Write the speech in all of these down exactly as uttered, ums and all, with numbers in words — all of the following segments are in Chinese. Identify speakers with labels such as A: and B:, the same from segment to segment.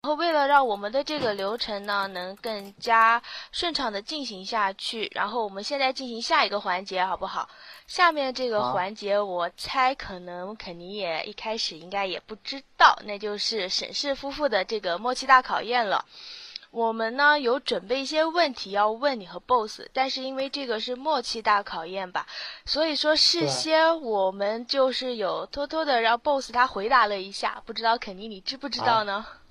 A: 然后为了让我们的这个流程呢能更加顺畅的进行下去，然后我们现在进行下一个环节好不好？下面这个环节我猜可能肯尼也一开始应该也不知道，那就是沈氏夫妇的这个默契大考验了。我们呢有准备一些问题要问你和 boss， 但是因为这个是默契大考验吧，所以说事先我们就是有偷偷的让 boss 他回答了一下，不知道肯尼你知不知道呢？啊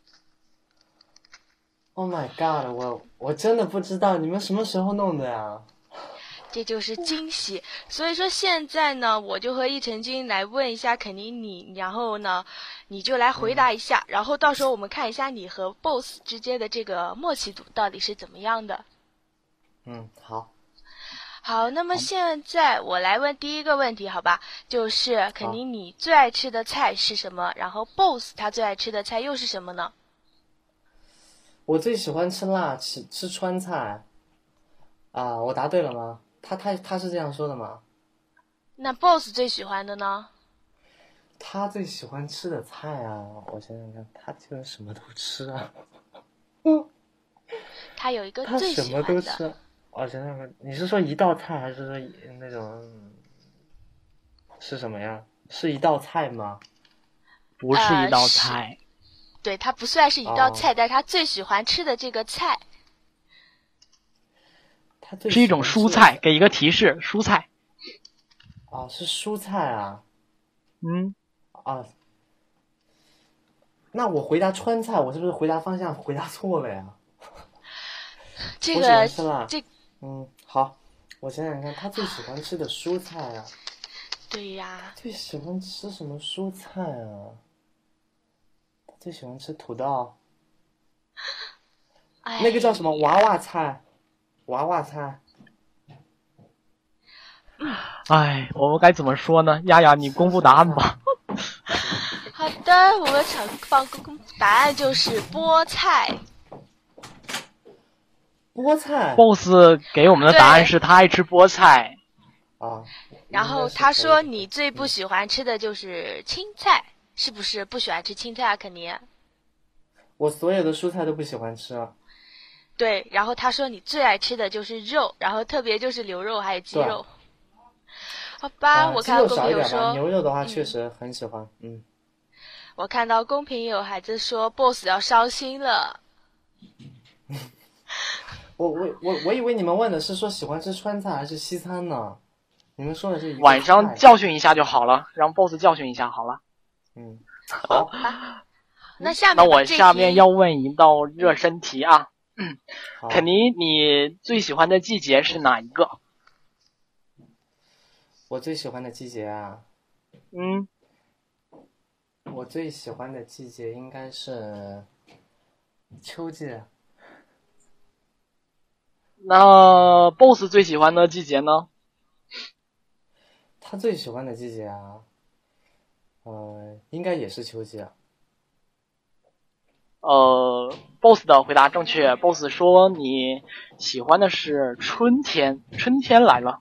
B: Oh my god！ 我我真的不知道你们什么时候弄的呀？
A: 这就是惊喜。所以说现在呢，我就和易成军来问一下肯尼你，然后呢，你就来回答一下，嗯、然后到时候我们看一下你和 boss 之间的这个默契度到底是怎么样的。
B: 嗯，好。
A: 好，那么现在我来问第一个问题，好吧？就是肯尼你最爱吃的菜是什么？然后 boss 他最爱吃的菜又是什么呢？
B: 我最喜欢吃辣，吃吃川菜。啊，我答对了吗？他他他是这样说的吗？
A: 那 boss 最喜欢的呢？
B: 他最喜欢吃的菜啊，我想想看，他基本什么都吃啊。
A: 他有一个最喜欢的。
B: 他什么都吃。我想想看，你是说一道菜，还是说那种是什么呀？是一道菜吗？
C: 不是一道菜。
A: 呃、对，它不算是一道菜，哦、但是他最喜欢吃的这个菜。
B: 他最
C: 是一种蔬菜，给一个提示，蔬菜。
B: 啊，是蔬菜啊。
C: 嗯。
B: 啊。那我回答川菜，我是不是回答方向回答错了呀？
A: 这个
B: 我喜欢吃辣。
A: 这
B: 嗯，好，我想想看，他最喜欢吃的蔬菜啊。
A: 对呀。
B: 最喜欢吃什么蔬菜啊？他最喜欢吃土豆。
A: 哎、
B: 那个叫什么娃娃菜？娃娃菜。
C: 哎，我们该怎么说呢？丫丫，你公布答案吧。
A: 好的，我们场放公布答案就是菠菜。
B: 菠菜。
C: boss 给我们的答案是他爱吃菠菜。
B: 啊。
A: 然后他说你最不喜欢吃的就是青菜，是不是不喜欢吃青菜啊？肯尼。
B: 我所有的蔬菜都不喜欢吃。
A: 对，然后他说你最爱吃的就是肉，然后特别就是牛肉还有鸡肉。好吧，我看到公屏有说
B: 牛肉的话确实很喜欢。嗯。
A: 我看到公屏有孩子说 boss 要伤心了。
B: 我我我我以为你们问的是说喜欢吃川菜还是西餐呢？你们说的是一个
C: 晚上教训一下就好了，让 boss 教训一下好了。
B: 嗯，好。
A: 那下面
C: 那我下面要问一道热身题啊。嗯，肯尼，你最喜欢的季节是哪一个？
B: 我最喜欢的季节啊。
C: 嗯。
B: 我最喜欢的季节应该是秋季。
C: 那 boss 最喜欢的季节呢？
B: 他最喜欢的季节啊，呃，应该也是秋季啊。
C: 呃 ，boss 的回答正确。boss 说你喜欢的是春天，春天来了。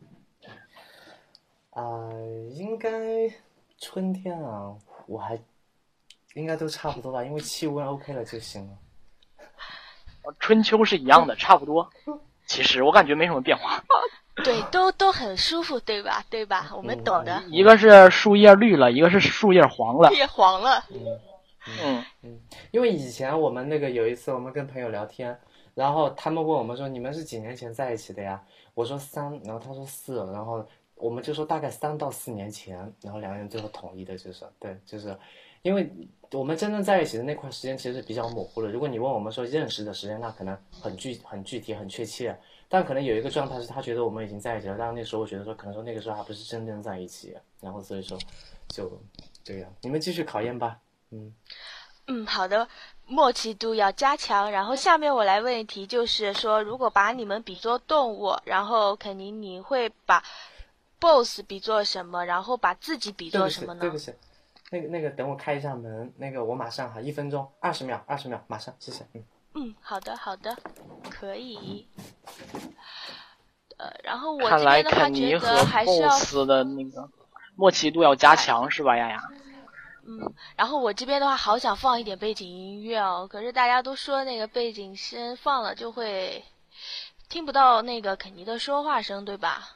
B: 啊、呃，应该春天啊，我还应该都差不多吧，因为气温 OK 了就行了。
C: 春秋是一样的，差不多。其实我感觉没什么变化。
A: 对，都都很舒服，对吧？对吧？我们懂的。
C: 嗯、一个是树叶绿了，一个是树叶黄了。
A: 叶黄了。
B: 嗯
C: 嗯
B: 嗯，因为以前我们那个有一次我们跟朋友聊天，然后他们问我们说你们是几年前在一起的呀？我说三，然后他说四，然后我们就说大概三到四年前，然后两个人最后统一的就是对，就是因为我们真正在一起的那块时间其实是比较模糊的。如果你问我们说认识的时间，那可能很具很具体很确切。但可能有一个状态是他觉得我们已经在一起了，但那时候我觉得说可能说那个时候还不是真正在一起，然后所以说就这样。你们继续考验吧。嗯
A: 嗯，好的，默契度要加强。然后下面我来问一题，就是说如果把你们比作动物，然后肯尼你会把 boss 比作什么，然后把自己比作什么呢？
B: 对不起，那个那个等我开一下门，那个我马上哈，一分钟二十秒二十秒马上，谢谢。嗯
A: 嗯，好的好的，可以。呃，然后我这
C: 看来
A: 边的话
C: 肯尼和
A: 觉得还是要
C: boss 的那个默契度要加强，是吧，丫丫？
A: 嗯，然后我这边的话，好想放一点背景音乐哦，可是大家都说那个背景声放了就会听不到那个肯尼的说话声，对吧？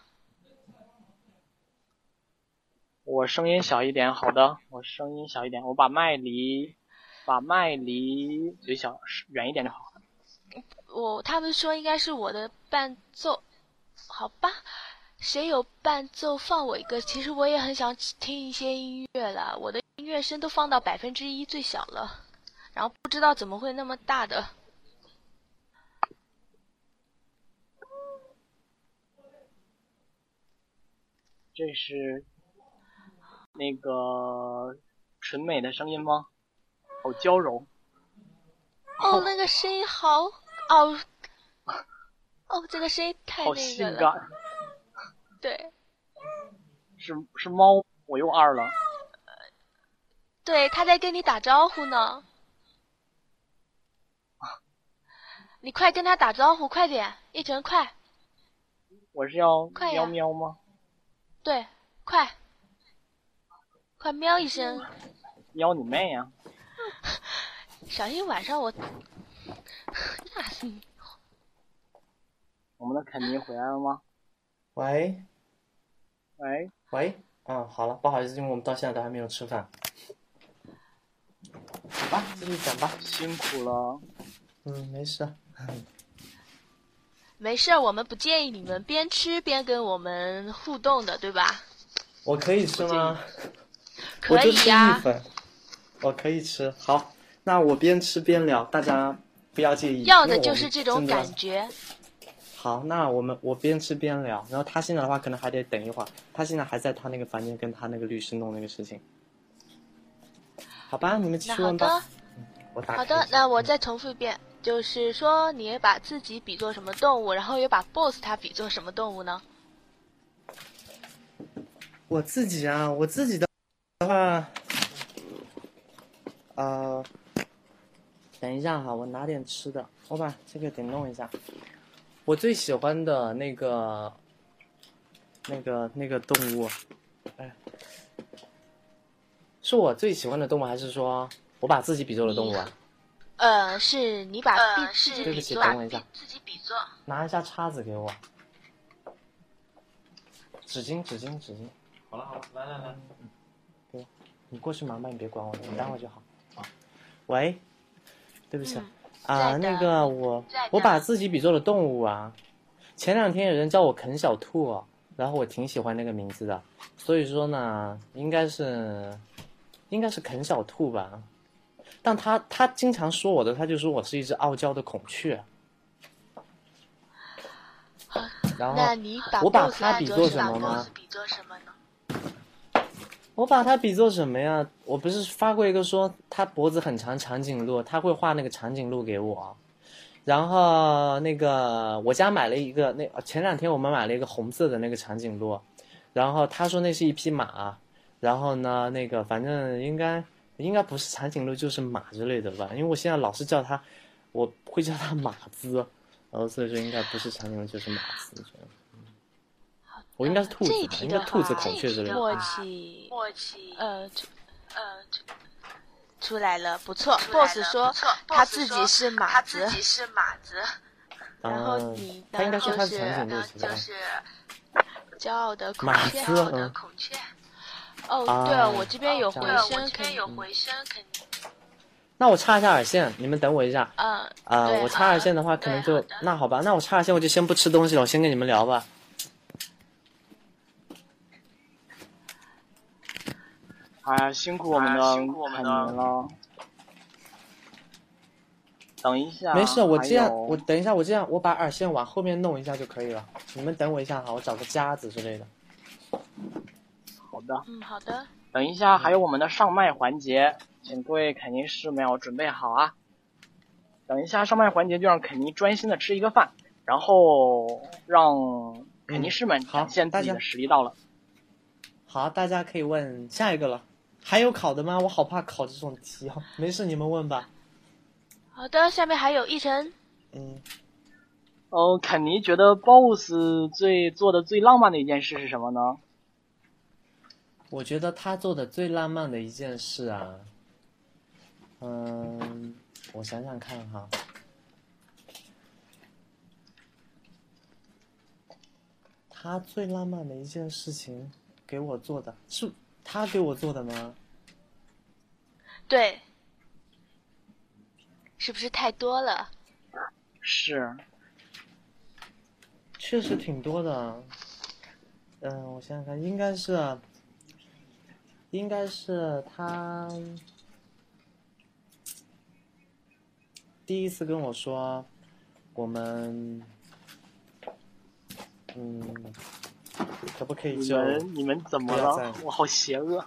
C: 我声音小一点，好的，我声音小一点，我把麦离，把麦离最小远一点就好。
A: 我他们说应该是我的伴奏，好吧？谁有伴奏放我一个？其实我也很想听一些音乐了，我的音乐声都放到百分之一最小了，然后不知道怎么会那么大的。
C: 这是那个纯美的声音吗？好娇柔。
A: 哦，那个声音好哦哦，这个声音太
C: 好
A: 那个了。
C: 性感。
A: 对。
C: 是是猫，我又二了。
A: 对，他在跟你打招呼呢。你快跟他打招呼，快点，一晨快。
C: 我是要
A: 快呀
C: 喵喵吗？
A: 对，快，快喵一声。
C: 喵你妹呀、
A: 小心晚上我，那是你。
C: 我们的肯尼回来了吗？
B: 喂
C: 喂
B: 喂，嗯，好了，不好意思，因为我们到现在都还没有吃饭。好吧，继续讲吧。
C: 辛苦了。
B: 嗯，没事。
A: 没事，我们不建议你们边吃边跟我们互动的，对吧？
B: 我可以吃吗？
A: 可以
B: 呀、
A: 呀、
B: 我就吃意粉，我可以吃。好，那我边吃边聊，大家不要介意。
A: 要的就是这种
B: 因为我们
A: 感觉。
B: 好，那我们我边吃边聊，然后他现在的话可能还得等一会儿，他现在还在他那个房间跟他那个律师弄那个事情。好吧，你们继
A: 那好
B: 续问吧。
A: 的，
B: 嗯、我打
A: 好的，那我再重复一遍，就是说你把自己比作什么动物，然后又把 boss 他比作什么动物呢？
B: 我自己啊，我自己的话，呃，等一下哈，我拿点吃的，我把这个得弄一下。我最喜欢的那个、那个、那个动物，哎，是我最喜欢的动物，还是说我把自己比作了动物啊？
A: 呃，是你把
B: 呃
A: 自己
B: 对不起，
A: 比作，
B: 等我一下，
A: 自己比作。
B: 拿一下叉子给我，纸巾，纸巾，纸巾。
D: 好了好了，来来来，
B: 对，你过去忙吧，你别管我，你待会就好。好。喂，对不起啊，
A: 嗯
B: 啊、
A: 在的
B: 那个我
A: 在的
B: 我把自己比作了动物啊。前两天有人叫我啃小兔，然后我挺喜欢那个名字的，所以说呢，应该是应该是啃小兔吧。但他他经常说我的，他就说我是一只傲娇的孔雀。然后
A: 那你把
B: 我把
A: boss
B: 它比作什么
A: 把
B: 吗
A: boss 比作什么呢？
B: 我把它比作什么呀？我不是发过一个说他脖子很长长颈鹿，他会画那个长颈鹿给我。然后那个我家买了一个，那前两天我们买了一个红色的那个长颈鹿，然后他说那是一匹马，然后呢那个反正应该应该不是长颈鹿就是马之类的吧，因为我现在老是叫它，我会叫它马兹，然后所以说应该不是长颈鹿就是马兹这样。我应该是兔子吧，
A: 这一题的话，
B: 应该兔子、孔雀之类的。
A: 默契，默契，呃，呃，出来了，不错。boss 说他自己是马子，自己是马子。然后你
B: 他应该
A: 呢
B: 说他
A: 就是
B: 长颈鹿是吧？
A: 就是骄傲的孔
B: 马
A: 雀，
B: 子
A: 骄傲的孔雀。哦，对
B: 啊
A: 了，我这边有回
B: 这样
A: 声，肯有回声，肯。
B: 那我插一下耳线，你们等我一下。
A: 嗯。
B: 啊、
A: 对
B: 我插耳线的话，可能就那好吧，那我插耳线我就先不吃东西了，我先跟你们聊吧。
C: 哎呀，辛苦我们的肯尼了。等一下，
B: 没事，我这样，
C: 还有
B: 我等一下，我这样，我把耳线往后面弄一下就可以了。你们等我一下哈，我找个夹子之类的。
C: 好的，
A: 嗯，好的。
C: 等一下，还有我们的上麦环节，请各位肯尼师们要准备好啊。等一下上麦环节就让肯尼专心的吃一个饭，然后让肯尼师们展现自己的实力到了。
B: 好，大家可以问下一个了。还有考的吗？我好怕考这种题哦。没事，你们问吧。
A: 好的，下面还有一晨。
B: 嗯。
C: 哦，肯尼觉得 boss 最做的最浪漫的一件事是什么呢？
B: 我觉得他做的最浪漫的一件事啊，嗯，我想想看哈，他最浪漫的一件事情给我做的是他给我做的吗？
A: 对，是不是太多了？
C: 是，
B: 确实挺多的。嗯，我想想看，应该是，应该是他第一次跟我说，我们，嗯，可不可以
C: 你
B: 就
C: 们你们怎么了
B: 不要再？
C: 我好邪恶。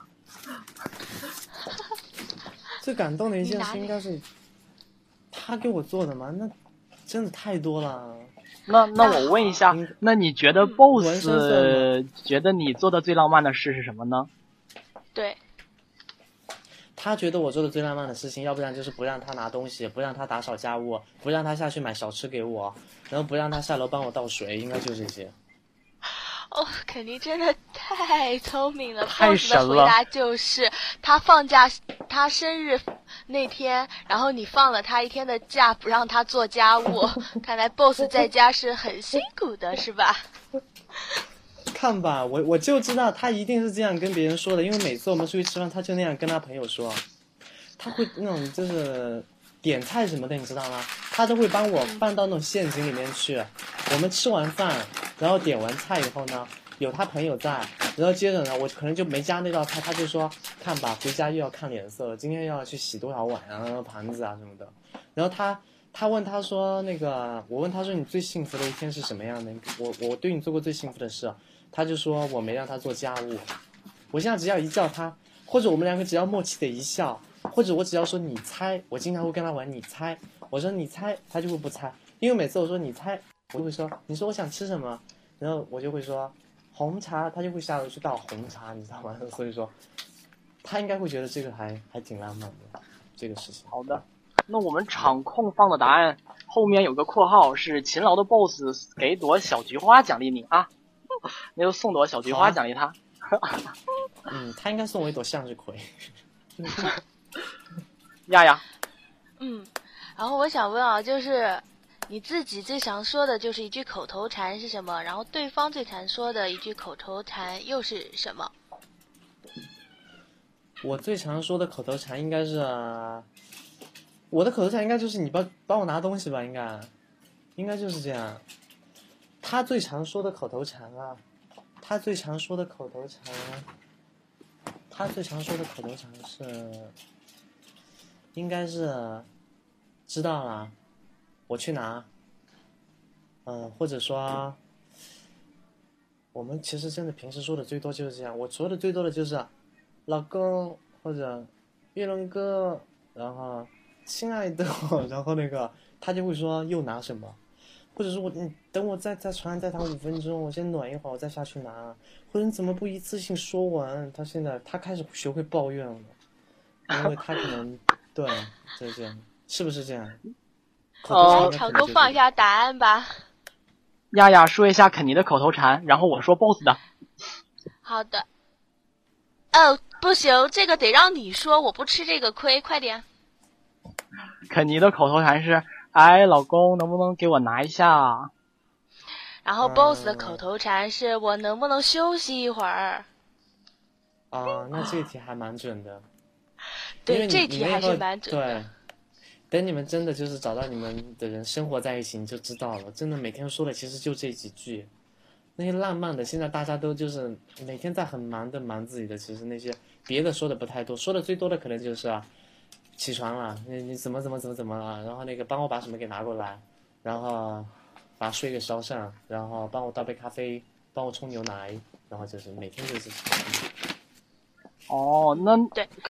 B: 最感动的一件
A: 你哪里
B: 事应该是他给我做的吗？那真的太多了。
C: 那那我问一下
B: 应，
C: 那你觉得
A: 嗯
B: 纹身算
C: boss 觉得你做的最浪漫的事是什么呢？
A: 对，
B: 他觉得我做的最浪漫的事情，要不然就是不让他拿东西，不让他打扫家务，不让他下去买小吃给我，然后不让他下楼帮我倒水，应该就这些。
A: 哦，肯定真的太聪明了。
C: 太
A: boss 的
C: 神了
A: 回答就是他放假，他生日那天，然后你放了他一天的假，不让他做家务。看来 boss 在家是很辛苦的，是吧？
B: 看吧，我我就知道他一定是这样跟别人说的，因为每次我们出去吃饭，他就那样跟他朋友说，他会那种就是点菜什么的，你知道吗？他都会帮我放到那种陷阱里面去。我们吃完饭，然后点完菜以后呢，有他朋友在，然后接着呢，我可能就没加那道菜，他就说看吧，回家又要看脸色了，今天要去洗多少碗啊，然后盘子啊什么的。然后他他问他说那个，我问他说你最幸福的一天是什么样的？我我对你做过最幸福的事。他就说我没让他做家务，我现在只要一叫他，或者我们两个只要默契的一笑，或者我只要说你猜，我经常会跟他玩你猜，我说你猜，他就会不猜，因为每次我说你猜，我就会说你说我想吃什么，然后我就会说红茶，他就会下楼去倒红茶，你知道吗？所以说他应该会觉得这个还还挺浪漫的这个事情。
C: 好的，那我们场控放的答案后面有个括号是勤劳的 boss 给朵小菊花奖励你啊。那就送朵小菊花奖励他。
B: 嗯，他应该送我一朵向日葵。
C: 亚亚，
A: 嗯，然后我想问啊，就是你自己最常说的就是一句口头禅是什么？然后对方最常说的一句口头禅又是什么？
B: 我最常说的口头禅应该是，我的口头禅应该就是你帮帮我拿东西吧，应该，应该就是这样。他最常说的口头禅啊，他最常说的口头禅，他最常说的口头禅是，应该是，知道了，我去拿。嗯、呃，或者说，我们其实真的平时说的最多就是这样。我说的最多的就是，老公或者月龙哥，然后亲爱的，然后那个他就会说又拿什么。或者说我你等我再在船上再躺五分钟，我先暖一会儿，我再下去拿。或者你怎么不一次性说完？他现在他开始学会抱怨了，因为他可能对就这样，是不是这样？
A: 来，场工放一下答案吧。
C: 亚亚说一下肯尼的口头禅，然后我说 boss 的。
A: 好的。哦，不行，这个得让你说，我不吃这个亏，快点。
C: 肯尼的口头禅是。哎，老公，能不能给我拿一下？
A: 然后 boss 的口头禅是、嗯、我能不能休息一会儿？
B: 啊，那这题还蛮准的。
A: 对，这题还是蛮准的。
B: 对，等你们真的就是找到你们的人生活在一起，你就知道了。真的每天说的其实就这几句，那些浪漫的，现在大家都就是每天在很忙的忙自己的，其实那些别的说的不太多，说的最多的可能就是啊。起床了，你你怎么怎么怎么怎么了？然后那个帮我把什么给拿过来，然后把水给烧上，然后帮我倒杯咖啡，帮我冲牛奶，然后就是每天就是。
C: 哦，那
A: 对。